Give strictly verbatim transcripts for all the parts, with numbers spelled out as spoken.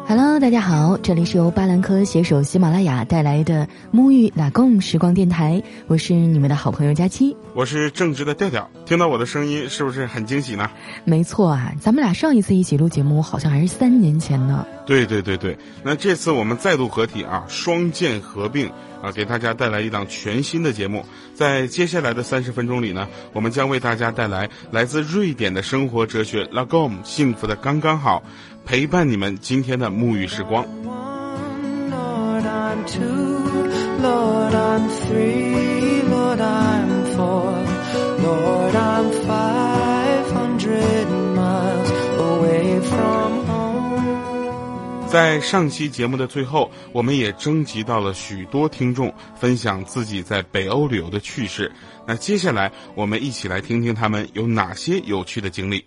Hello， 大家好，这里是由巴兰科携手喜马拉雅带来的沐浴拉贡时光电台，我是你们的好朋友佳期， 我是正直的调调。听到我的声音是不是很惊喜呢？ 没错啊，咱们俩上一次一起录节目好像还是三年前呢。 对对对对，那这次我们再度合体啊，双剑合并啊，给大家带来一档全新的节目。在接下来的三十分钟里呢，我们将为大家带来来自瑞典的生活哲学 Lagom 幸福的刚刚好，陪伴你们今天的沐浴时光。 Lord, I'm two, Lord, I'm three, Lord, I'm four, Lord, I'm five hundred miles away from home。 在上期节目的最后，我们也征集到了许多听众分享自己在北欧旅游的趣事。那接下来我们一起来听听他们有哪些有趣的经历。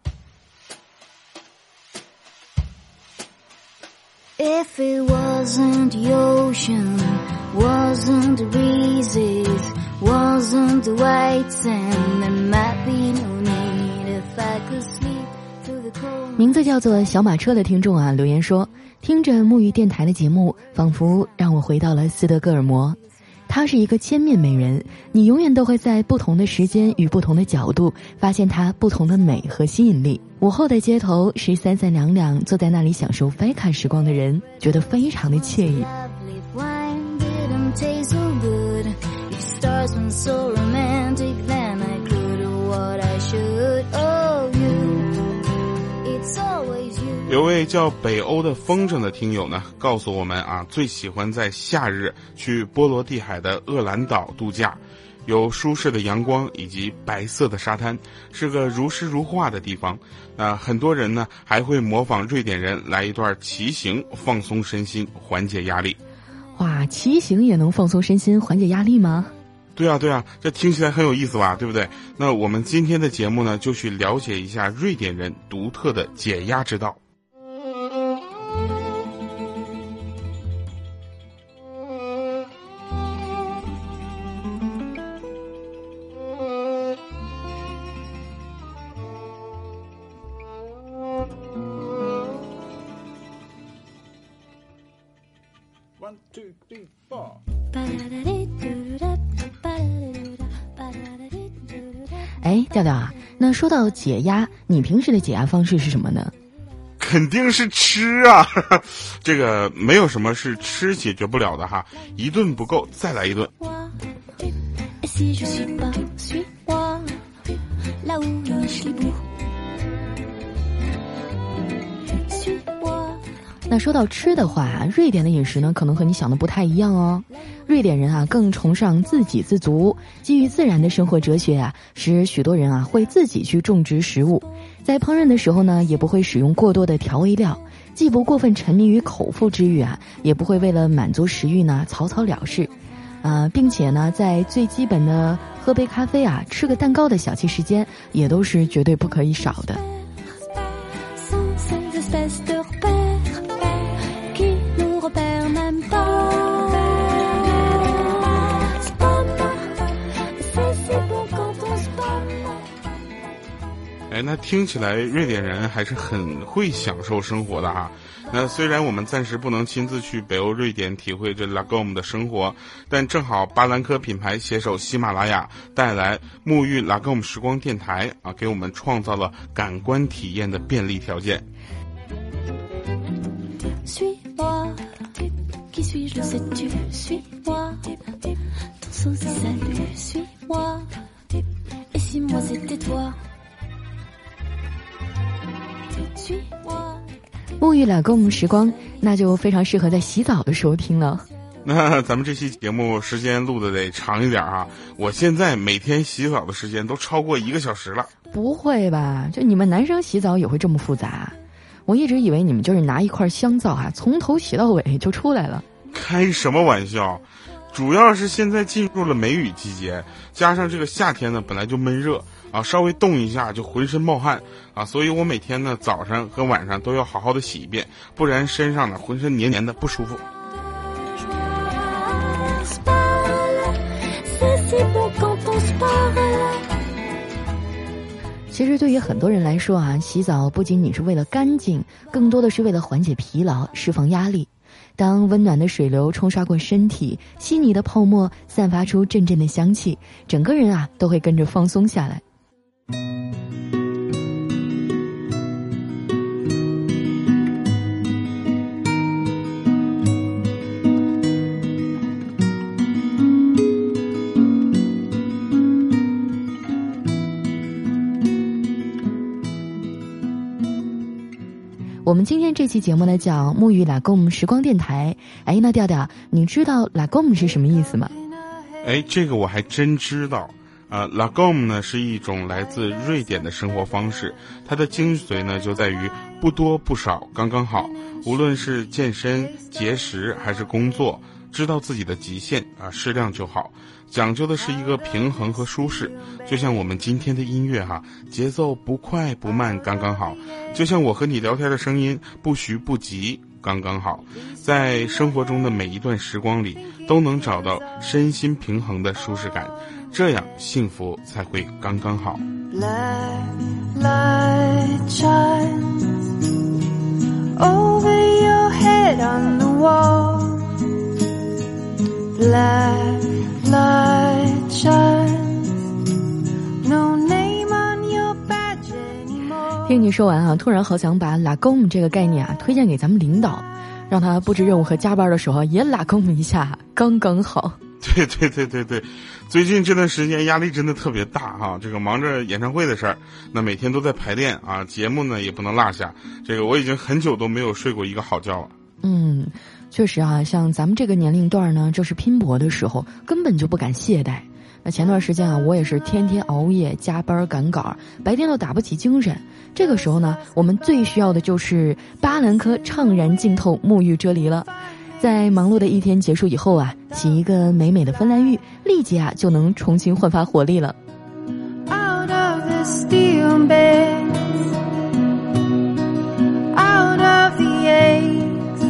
If it wasn't the ocean, wasn't the breezes, wasn't the white sand, there might be no need if I could sleep through the cold。 名字叫做小马车的听众啊留言说，听着沐浴电台的节目，仿佛让我回到了斯德哥尔摩。她是一个千面美人，你永远都会在不同的时间与不同的角度发现她不同的美和吸引力。午后的街头是三三两两坐在那里享受飞卡时光的人，觉得非常的惬意。 有位叫北欧的风筝的听友呢，告诉我们啊，最喜欢在夏日去波罗的海的厄兰岛度假，有舒适的阳光以及白色的沙滩，是个如诗如画的地方。那很多人呢还会模仿瑞典人来一段骑行，放松身心，缓解压力。 哇，骑行也能放松身心，缓解压力吗？ 对啊对啊，这听起来很有意思吧，对不对？那我们今天的节目呢，就去了解一下瑞典人独特的解压之道。 One, two, three, four。 哎，调调啊，那说到解压，你平时的解压方式是什么呢？ 肯定是吃啊，这个没有什么是吃解决不了的哈，一顿不够再来一顿。 那说到吃的话，瑞典的饮食呢，可能和你想的不太一样哦。瑞典人啊，更崇尚自给自足，基于自然的生活哲学啊，使许多人啊会自己去种植食物，在烹饪的时候呢，也不会使用过多的调味料，既不过分沉迷于口腹之欲啊，也不会为了满足食欲呢草草了事，啊、呃，并且呢，在最基本的喝杯咖啡啊，吃个蛋糕的小憩时间，也都是绝对不可以少的。 哎，那听起来瑞典人还是很会享受生活的哈。那虽然我们暂时不能亲自去北欧瑞典体会这 Lagom 的生活，但正好巴兰科品牌携手喜马拉雅带来沐浴 Lagom 时光电台啊，给我们创造了感官体验的便利条件。 沐浴Lagom时光，那就非常适合在洗澡的时候听了。 那咱们这期节目时间录的得长一点啊！我现在每天洗澡的时间都超过一个小时了。 不会吧？就你们男生洗澡也会这么复杂？我一直以为你们就是拿一块香皂啊，从头洗到尾就出来了。 开什么玩笑！主要是现在进入了梅雨季节，加上这个夏天呢本来就闷热啊，稍微动一下就浑身冒汗啊，所以我每天呢早上和晚上都要好好的洗一遍，不然身上呢浑身黏黏的不舒服。 其实对于很多人来说啊，洗澡不仅仅是为了干净，更多的是为了缓解疲劳、释放压力。当温暖的水流冲刷过身体，细腻的泡沫散发出阵阵的香气，整个人啊都会跟着放松下来。我们今天这期节目呢叫沐浴 Lagom 时光电台。哎，那调调，你知道 Lagom 是什么意思吗？ 哎，这个我还真知道。呃 Lagom 呢是一种来自瑞典的生活方式，它的精髓呢就在于不多不少，刚刚好。无论是健身、节食还是工作，知道自己的极限啊，适量就好。讲究的是一个平衡和舒适，就像我们今天的音乐哈，节奏不快不慢，刚刚好。就像我和你聊天的声音，不徐不急，刚刚好。在生活中的每一段时光里，都能找到身心平衡的舒适感，这样幸福才会刚刚好。 Black light shines over your head on the wall. Black light shines, no name on your badge anymore. 听你说完啊，突然好想把 Lagom 这个概念啊推荐给咱们领导，让他布置任务和加班的时候也 Lagom 一下，刚刚好。 对对对对对，最近这段时间压力真的特别大哈、啊，这个忙着演唱会的事儿，那每天都在排练啊，节目呢也不能落下。这个我已经很久都没有睡过一个好觉了。 嗯，确实啊，像咱们这个年龄段呢，正是拼搏的时候，根本就不敢懈怠。那前段时间啊，我也是天天熬夜加班赶稿，白天都打不起精神。这个时候呢，我们最需要的就是巴兰科怅然净透沐浴啫喱了。在忙碌的一天结束以后啊，洗一个美美的芬兰浴，立即啊就能重新焕发活力了。 Out of the steel beds, out of the aches,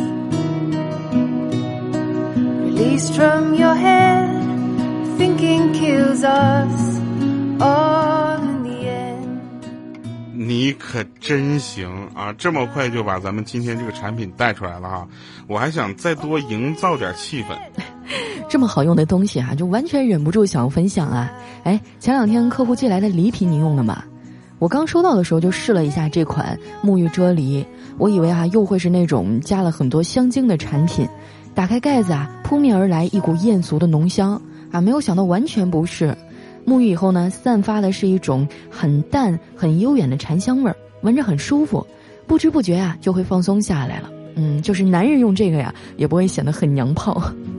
released from your head, thinking kills us all in the end. 你可真行啊，这么快就把咱们今天这个产品带出来了哈，我还想再多营造点气氛。 这么好用的东西啊，就完全忍不住想要分享啊！哎，前两天客户寄来的礼品你用了吗？我刚收到的时候就试了一下这款沐浴啫喱，我以为啊又会是那种加了很多香精的产品，打开盖子啊，扑面而来一股艳俗的浓香啊，没有想到完全不是。沐浴以后呢，散发的是一种很淡很悠远的禅香味儿，闻着很舒服，不知不觉啊就会放松下来了。嗯，就是男人用这个呀，也不会显得很娘炮。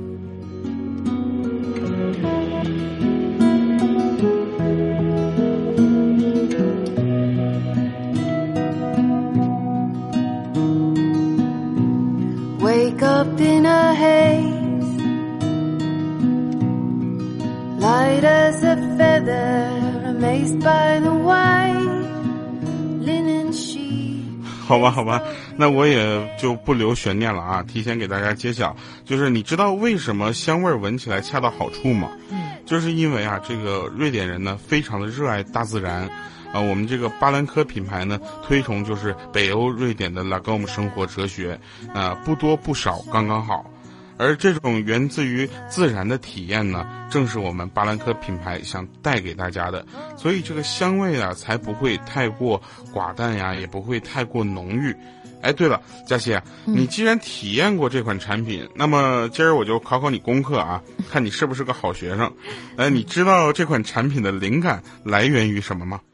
Wake up in a haze, light as a feather, amazed by the white linen sheet. 好吧好吧，那我也就不留悬念了啊，提前给大家揭晓，就是你知道为什么香味闻起来恰到好处吗？嗯，就是因为啊，这个瑞典人呢非常的热爱大自然。啊，我们这个巴兰科品牌呢，推崇就是北欧瑞典的 Lagom 生活哲学，啊，不多不少，刚刚好。而这种源自于自然的体验呢，正是我们巴兰科品牌想带给大家的，所以这个香味啊，才不会太过寡淡呀，也不会太过浓郁。哎，对了，佳琪，你既然体验过这款产品，那么今儿我就考考你功课啊，看你是不是个好学生。哎，你知道这款产品的灵感来源于什么吗？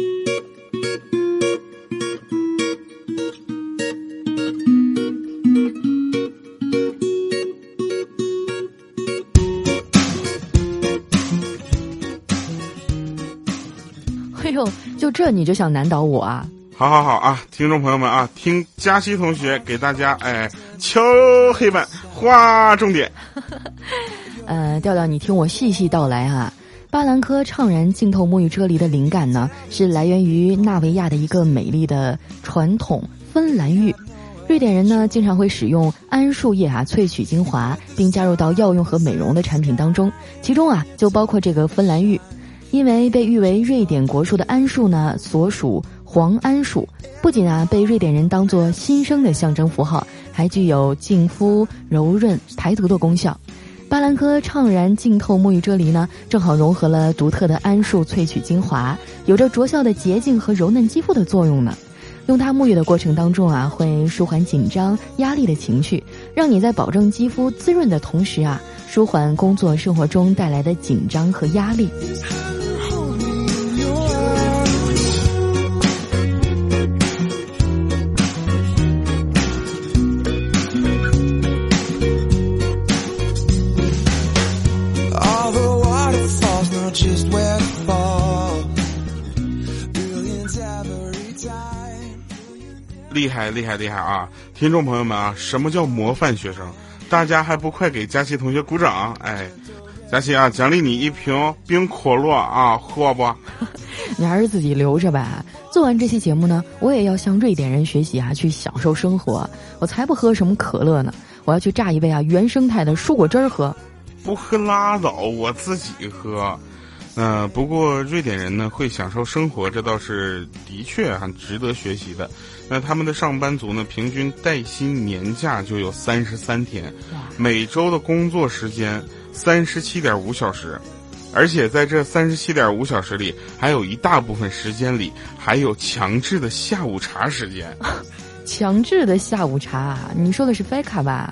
哎呦，就这你就想难倒我啊？ 好好好啊，听众朋友们啊，听佳琪同学给大家哎敲黑板划重点。 呃，调调，你听我细细道来啊。巴兰科怅然净透沐浴啫喱的灵感呢，是来源于纳维亚的一个美丽的传统芬兰浴。瑞典人呢，经常会使用桉树叶啊萃取精华，并加入到药用和美容的产品当中，其中啊就包括这个芬兰浴。 因为被誉为瑞典国树的桉树呢，所属黄桉树，不仅啊被瑞典人当作新生的象征符号，还具有净肤、柔润、排毒的功效。巴兰科怅然净透沐浴啫喱呢，正好融合了独特的桉树萃取精华，有着着效的洁净和柔嫩肌肤的作用呢。用它沐浴的过程当中啊，会舒缓紧张、压力的情绪，让你在保证肌肤滋润的同时啊，舒缓工作生活中带来的紧张和压力。 厉害厉害厉害啊！听众朋友们啊，什么叫模范学生？大家还不快给佳琪同学鼓掌？哎，佳琪啊，奖励你一瓶冰可乐啊，喝不？ 你还是自己留着吧。做完这期节目呢，我也要向瑞典人学习啊，去享受生活。我才不喝什么可乐呢，我要去榨一杯啊原生态的蔬果汁儿喝。 不喝拉倒，我自己喝。嗯、呃，不过瑞典人呢会享受生活，这倒是的确很值得学习的。那他们的上班族呢，平均带薪年假就有三十三天，每周的工作时间三十七点五小时，而且在这三十七点五小时里，还有一大部分时间里还有强制的下午茶时间。 强制的下午茶，你说的是 F E C A 吧？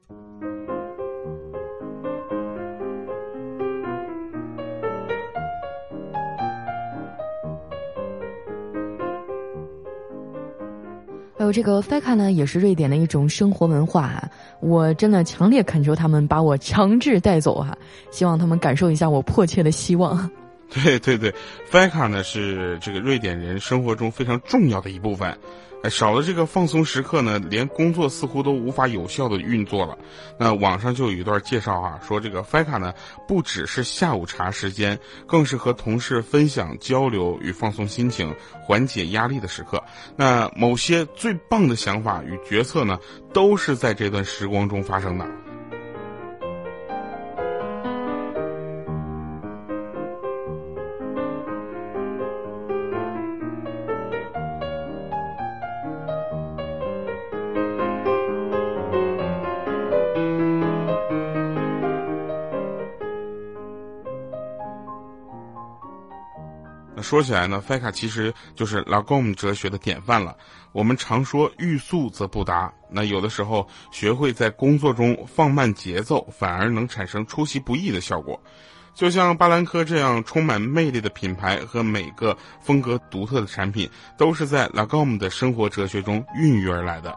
还有这个 F E C A 呢，也是瑞典的一种生活文化啊。我真的强烈恳求他们把我强制带走啊，希望他们感受一下我迫切的希望。 对对对 ，F E C A 呢是这个瑞典人生活中非常重要的一部分。哎，少了这个放松时刻呢，连工作似乎都无法有效的运作了。那网上就有一段介绍啊，说这个 F E C A 呢不只是下午茶时间，更是和同事分享交流与放松心情、缓解压力的时刻。那某些最棒的想法与决策呢，都是在这段时光中发生的。那说起来呢 ，F E C A 其实就是 Lagom 哲学的典范了。我们常说欲速则不达，那有的时候学会在工作中放慢节奏，反而能产生出其不意的效果。就像巴兰科这样充满魅力的品牌和每个风格独特的产品，都是在 Lagom 的生活哲学中孕育而来的。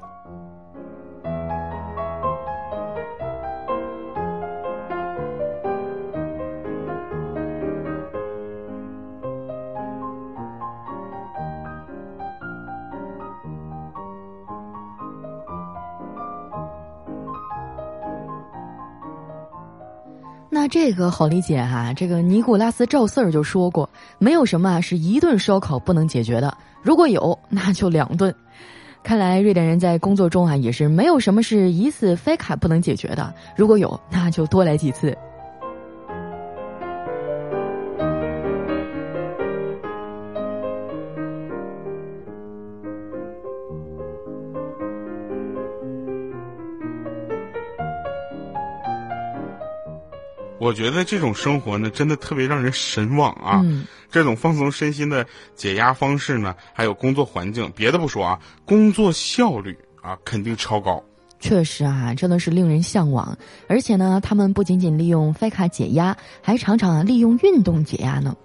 那这个好理解哈、啊，这个尼古拉斯赵四儿就说过，没有什么是一顿烧烤不能解决的，如果有，那就两顿。看来瑞典人在工作中啊，也是没有什么是一次 F E C A 不能解决的，如果有，那就多来几次。 我觉得这种生活呢，真的特别让人神往啊！嗯、这种放松身心的解压方式呢，还有工作环境，别的不说啊，工作效率啊，肯定超高。 确实啊，真的是令人向往。而且呢，他们不仅仅利用 F E C A 解压，还常常啊利用运动解压呢。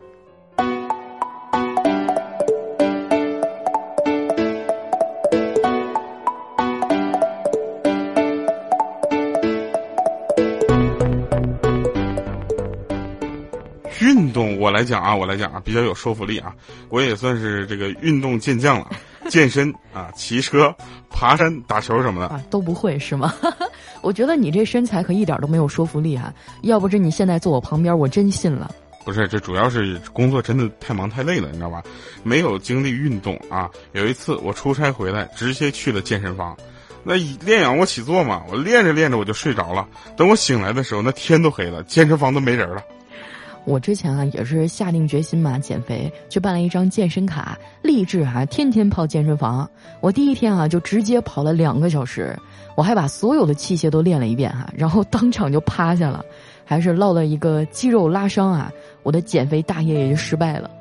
运动我来讲啊，我来讲啊，比较有说服力啊。我也算是这个运动健将了，健身啊，骑车、爬山、打球什么的啊，都不会是吗？我觉得你这身材可一点都没有说服力啊！要不是你现在坐我旁边，我真信了。 不是，这主要是工作真的太忙太累了，你知道吧？没有精力运动啊。有一次我出差回来，直接去了健身房。那练仰卧起坐嘛，我练着练着我就睡着了。等我醒来的时候，那天都黑了，健身房都没人了。 我之前啊也是下定决心嘛减肥，去办了一张健身卡，立志啊天天泡健身房。我第一天啊就直接跑了两个小时，我还把所有的器械都练了一遍哈，然后当场就趴下了，还是落了一个肌肉拉伤啊，我的减肥大业也就失败了。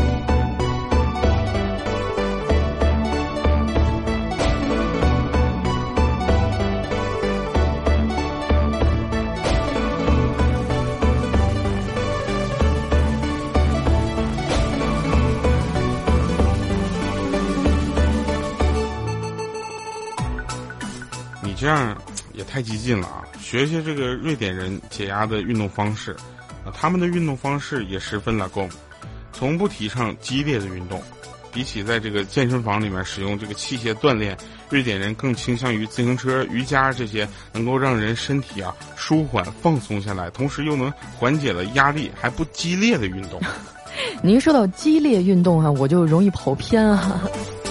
这样也太激进了啊！学学这个瑞典人解压的运动方式，啊，他们的运动方式也十分拉弓，从不提倡激烈的运动。比起在这个健身房里面使用这个器械锻炼，瑞典人更倾向于自行车、瑜伽这些能够让人身体啊舒缓放松下来，同时又能缓解了压力还不激烈的运动。 您说到激烈运动啊，我就容易跑偏啊。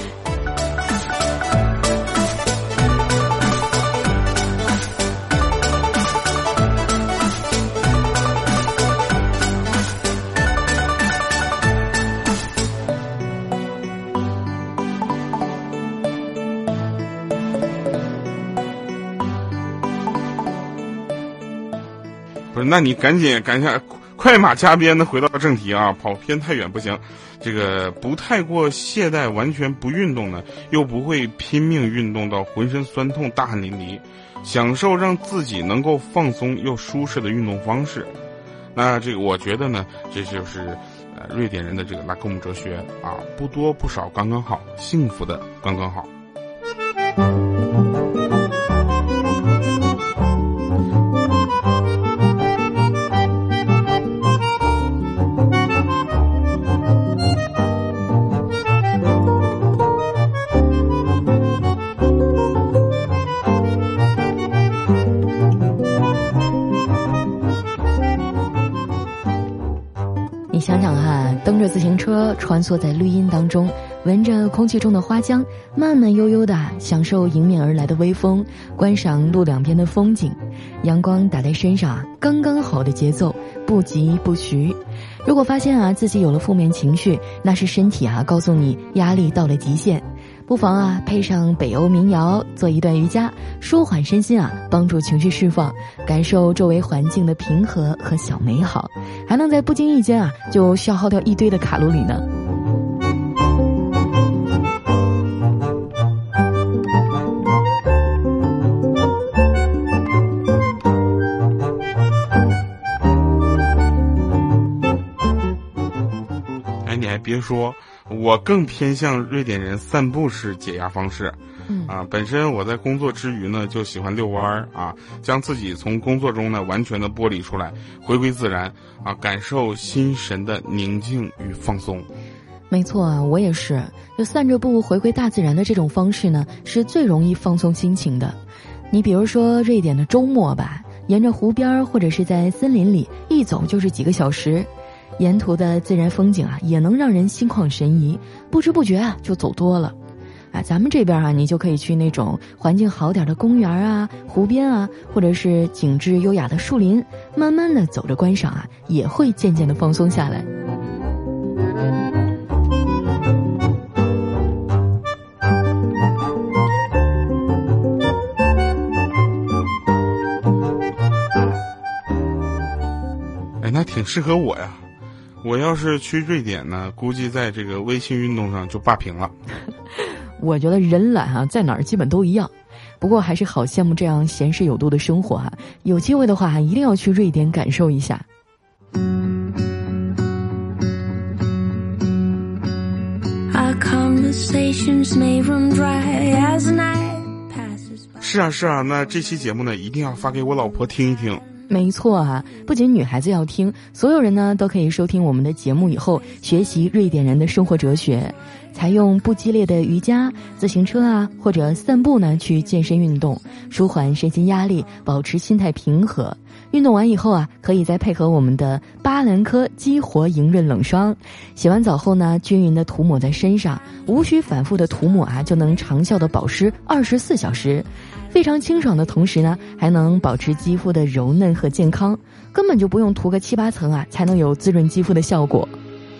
不是，那你赶紧赶紧快马加鞭的回到正题啊！跑偏太远不行。这个不太过懈怠，完全不运动呢，又不会拼命运动到浑身酸痛、大汗淋漓，享受让自己能够放松又舒适的运动方式。那这个我觉得呢，这就是呃瑞典人的这个拉弓哲学啊，不多不少，刚刚好，幸福的刚刚好。 想想哈，蹬着自行车穿梭在绿荫当中，闻着空气中的花香，慢慢悠悠地享受迎面而来的微风，观赏路两边的风景，阳光打在身上，刚刚好的节奏，不急不徐。如果发现啊自己有了负面情绪，那是身体啊告诉你压力到了极限，不妨啊配上北欧民谣，做一段瑜伽，舒缓身心啊，帮助情绪释放，感受周围环境的平和和小美好，还能在不经意间啊就消耗掉一堆的卡路里呢。 哎，你还别说，我更偏向瑞典人散步式解压方式。嗯啊，本身我在工作之余呢，就喜欢遛弯儿啊，将自己从工作中呢完全的剥离出来，回归自然啊，感受心神的宁静与放松。 没错啊，我也是，就散着步回归大自然的这种方式呢，是最容易放松心情的。你比如说瑞典的周末吧，沿着湖边或者是在森林里，一走就是几个小时。沿途的自然风景啊，也能让人心旷神怡，不知不觉啊就走多了。啊，咱们这边啊，你就可以去那种环境好点的公园啊、湖边啊，或者是景致优雅的树林，慢慢的走着观赏啊，也会渐渐的放松下来。 哎，那挺适合我呀。我要是去瑞典呢，估计在这个微信运动上就霸屏了。 我觉得人懒啊，在哪儿基本都一样，不过还是好羡慕这样闲适有度的生活哈。有机会的话，一定要去瑞典感受一下。 是啊是啊，那这期节目呢，一定要发给我老婆听一听。 没错啊，不仅女孩子要听，所有人呢都可以收听我们的节目以后，学习瑞典人的生活哲学，采用不激烈的瑜伽、自行车啊或者散步呢去健身运动，舒缓身心压力，保持心态平和， 运动完以后啊，可以再配合我们的巴兰科激活莹润冷霜，洗完澡后呢，均匀的涂抹在身上，无需反复的涂抹啊，就能长效的保湿二十四小时，非常清爽的同时呢，还能保持肌肤的柔嫩和健康，根本就不用涂个七八层啊，才能有滋润肌肤的效果。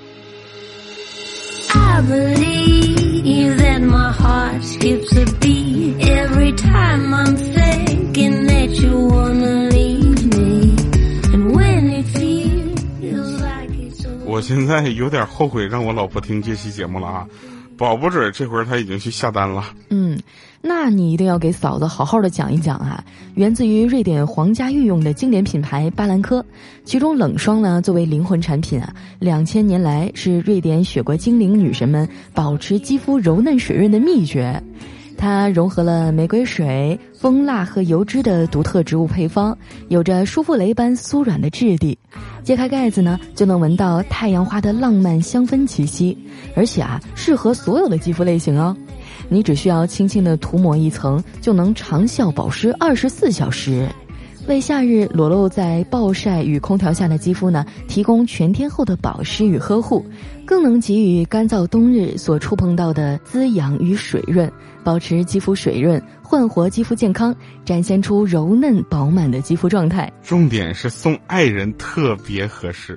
I believe that my heart skips a beat every time I'm thinking that you wanna leave me, and when it feels like it's over. 我现在有点后悔让我老婆听这期节目了啊，保不准这会儿她已经去下单了。 嗯，那你一定要给嫂子好好的讲一讲啊，源自于瑞典皇家御用的经典品牌巴兰科，其中冷霜呢作为灵魂产品啊，两千年来是瑞典雪国精灵女神们保持肌肤柔嫩水润的秘诀。它融合了玫瑰水、蜂蜡和油脂的独特植物配方，有着舒芙蕾般酥软的质地。揭开盖子呢，就能闻到太阳花的浪漫香氛气息，而且啊，适合所有的肌肤类型哦。你只需要轻轻地涂抹一层，就能长效保湿二十四小时，为夏日裸露在暴晒与空调下的肌肤呢，提供全天候的保湿与呵护，更能给予干燥冬日所触碰到的滋养与水润，保持肌肤水润，焕活肌肤健康，展现出柔嫩饱满的肌肤状态。 重点是送爱人特别合适。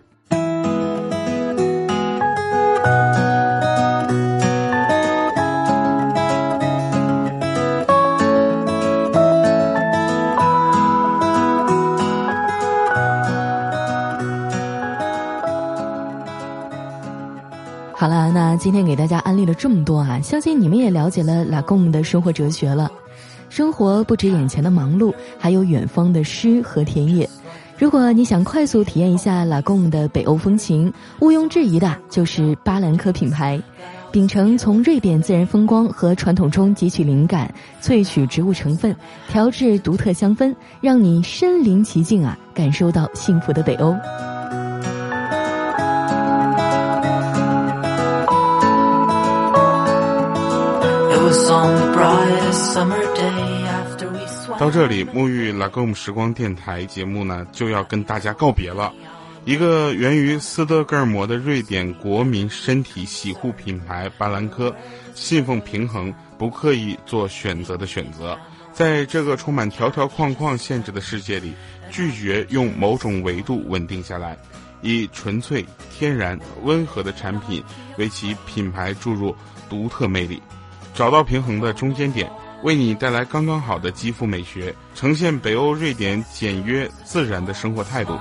好了，那今天给大家安利了这么多啊，相信你们也了解了拉贡的生活哲学了。生活不止眼前的忙碌，还有远方的诗和田野。如果你想快速体验一下拉贡的北欧风情，毋庸置疑的就是巴兰科品牌。秉承从瑞典自然风光和传统中汲取灵感，萃取植物成分，调制独特香氛，让你身临其境啊，感受到幸福的北欧。 到这里，沐浴拉贡时光电台节目呢就要跟大家告别了。一个源于斯德哥尔摩的瑞典国民身体洗护品牌巴兰科，信奉平衡，不刻意做选择的选择，在这个充满条条框框限制的世界里，拒绝用某种维度稳定下来，以纯粹、天然、温和的产品为其品牌注入独特魅力，找到平衡的中间点，为你带来刚刚好的肌肤美学，呈现北欧瑞典简约自然的生活态度。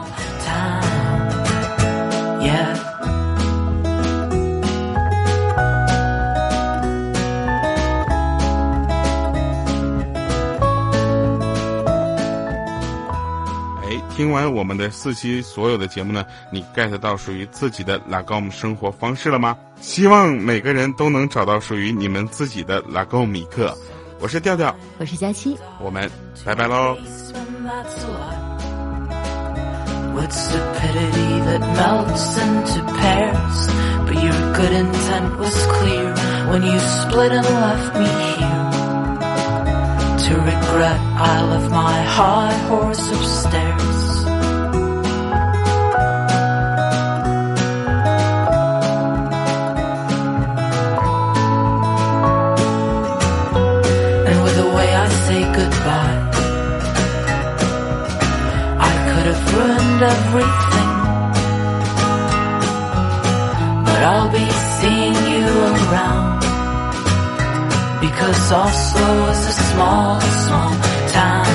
听完我们的四期所有的节目呢，你 get 到属于自己的拉贡生活方式了吗？希望每个人都能找到属于你们自己的拉贡米克。我是调调， 我是佳期， 我们拜拜喽。 With stupidity that melts into pairs, but your good intent was clear when you split and left me here to regret I left my high horse upstairs. And with the way I say goodbye, ruined everything, but I'll be seeing you around, because Oslo is a small, small town.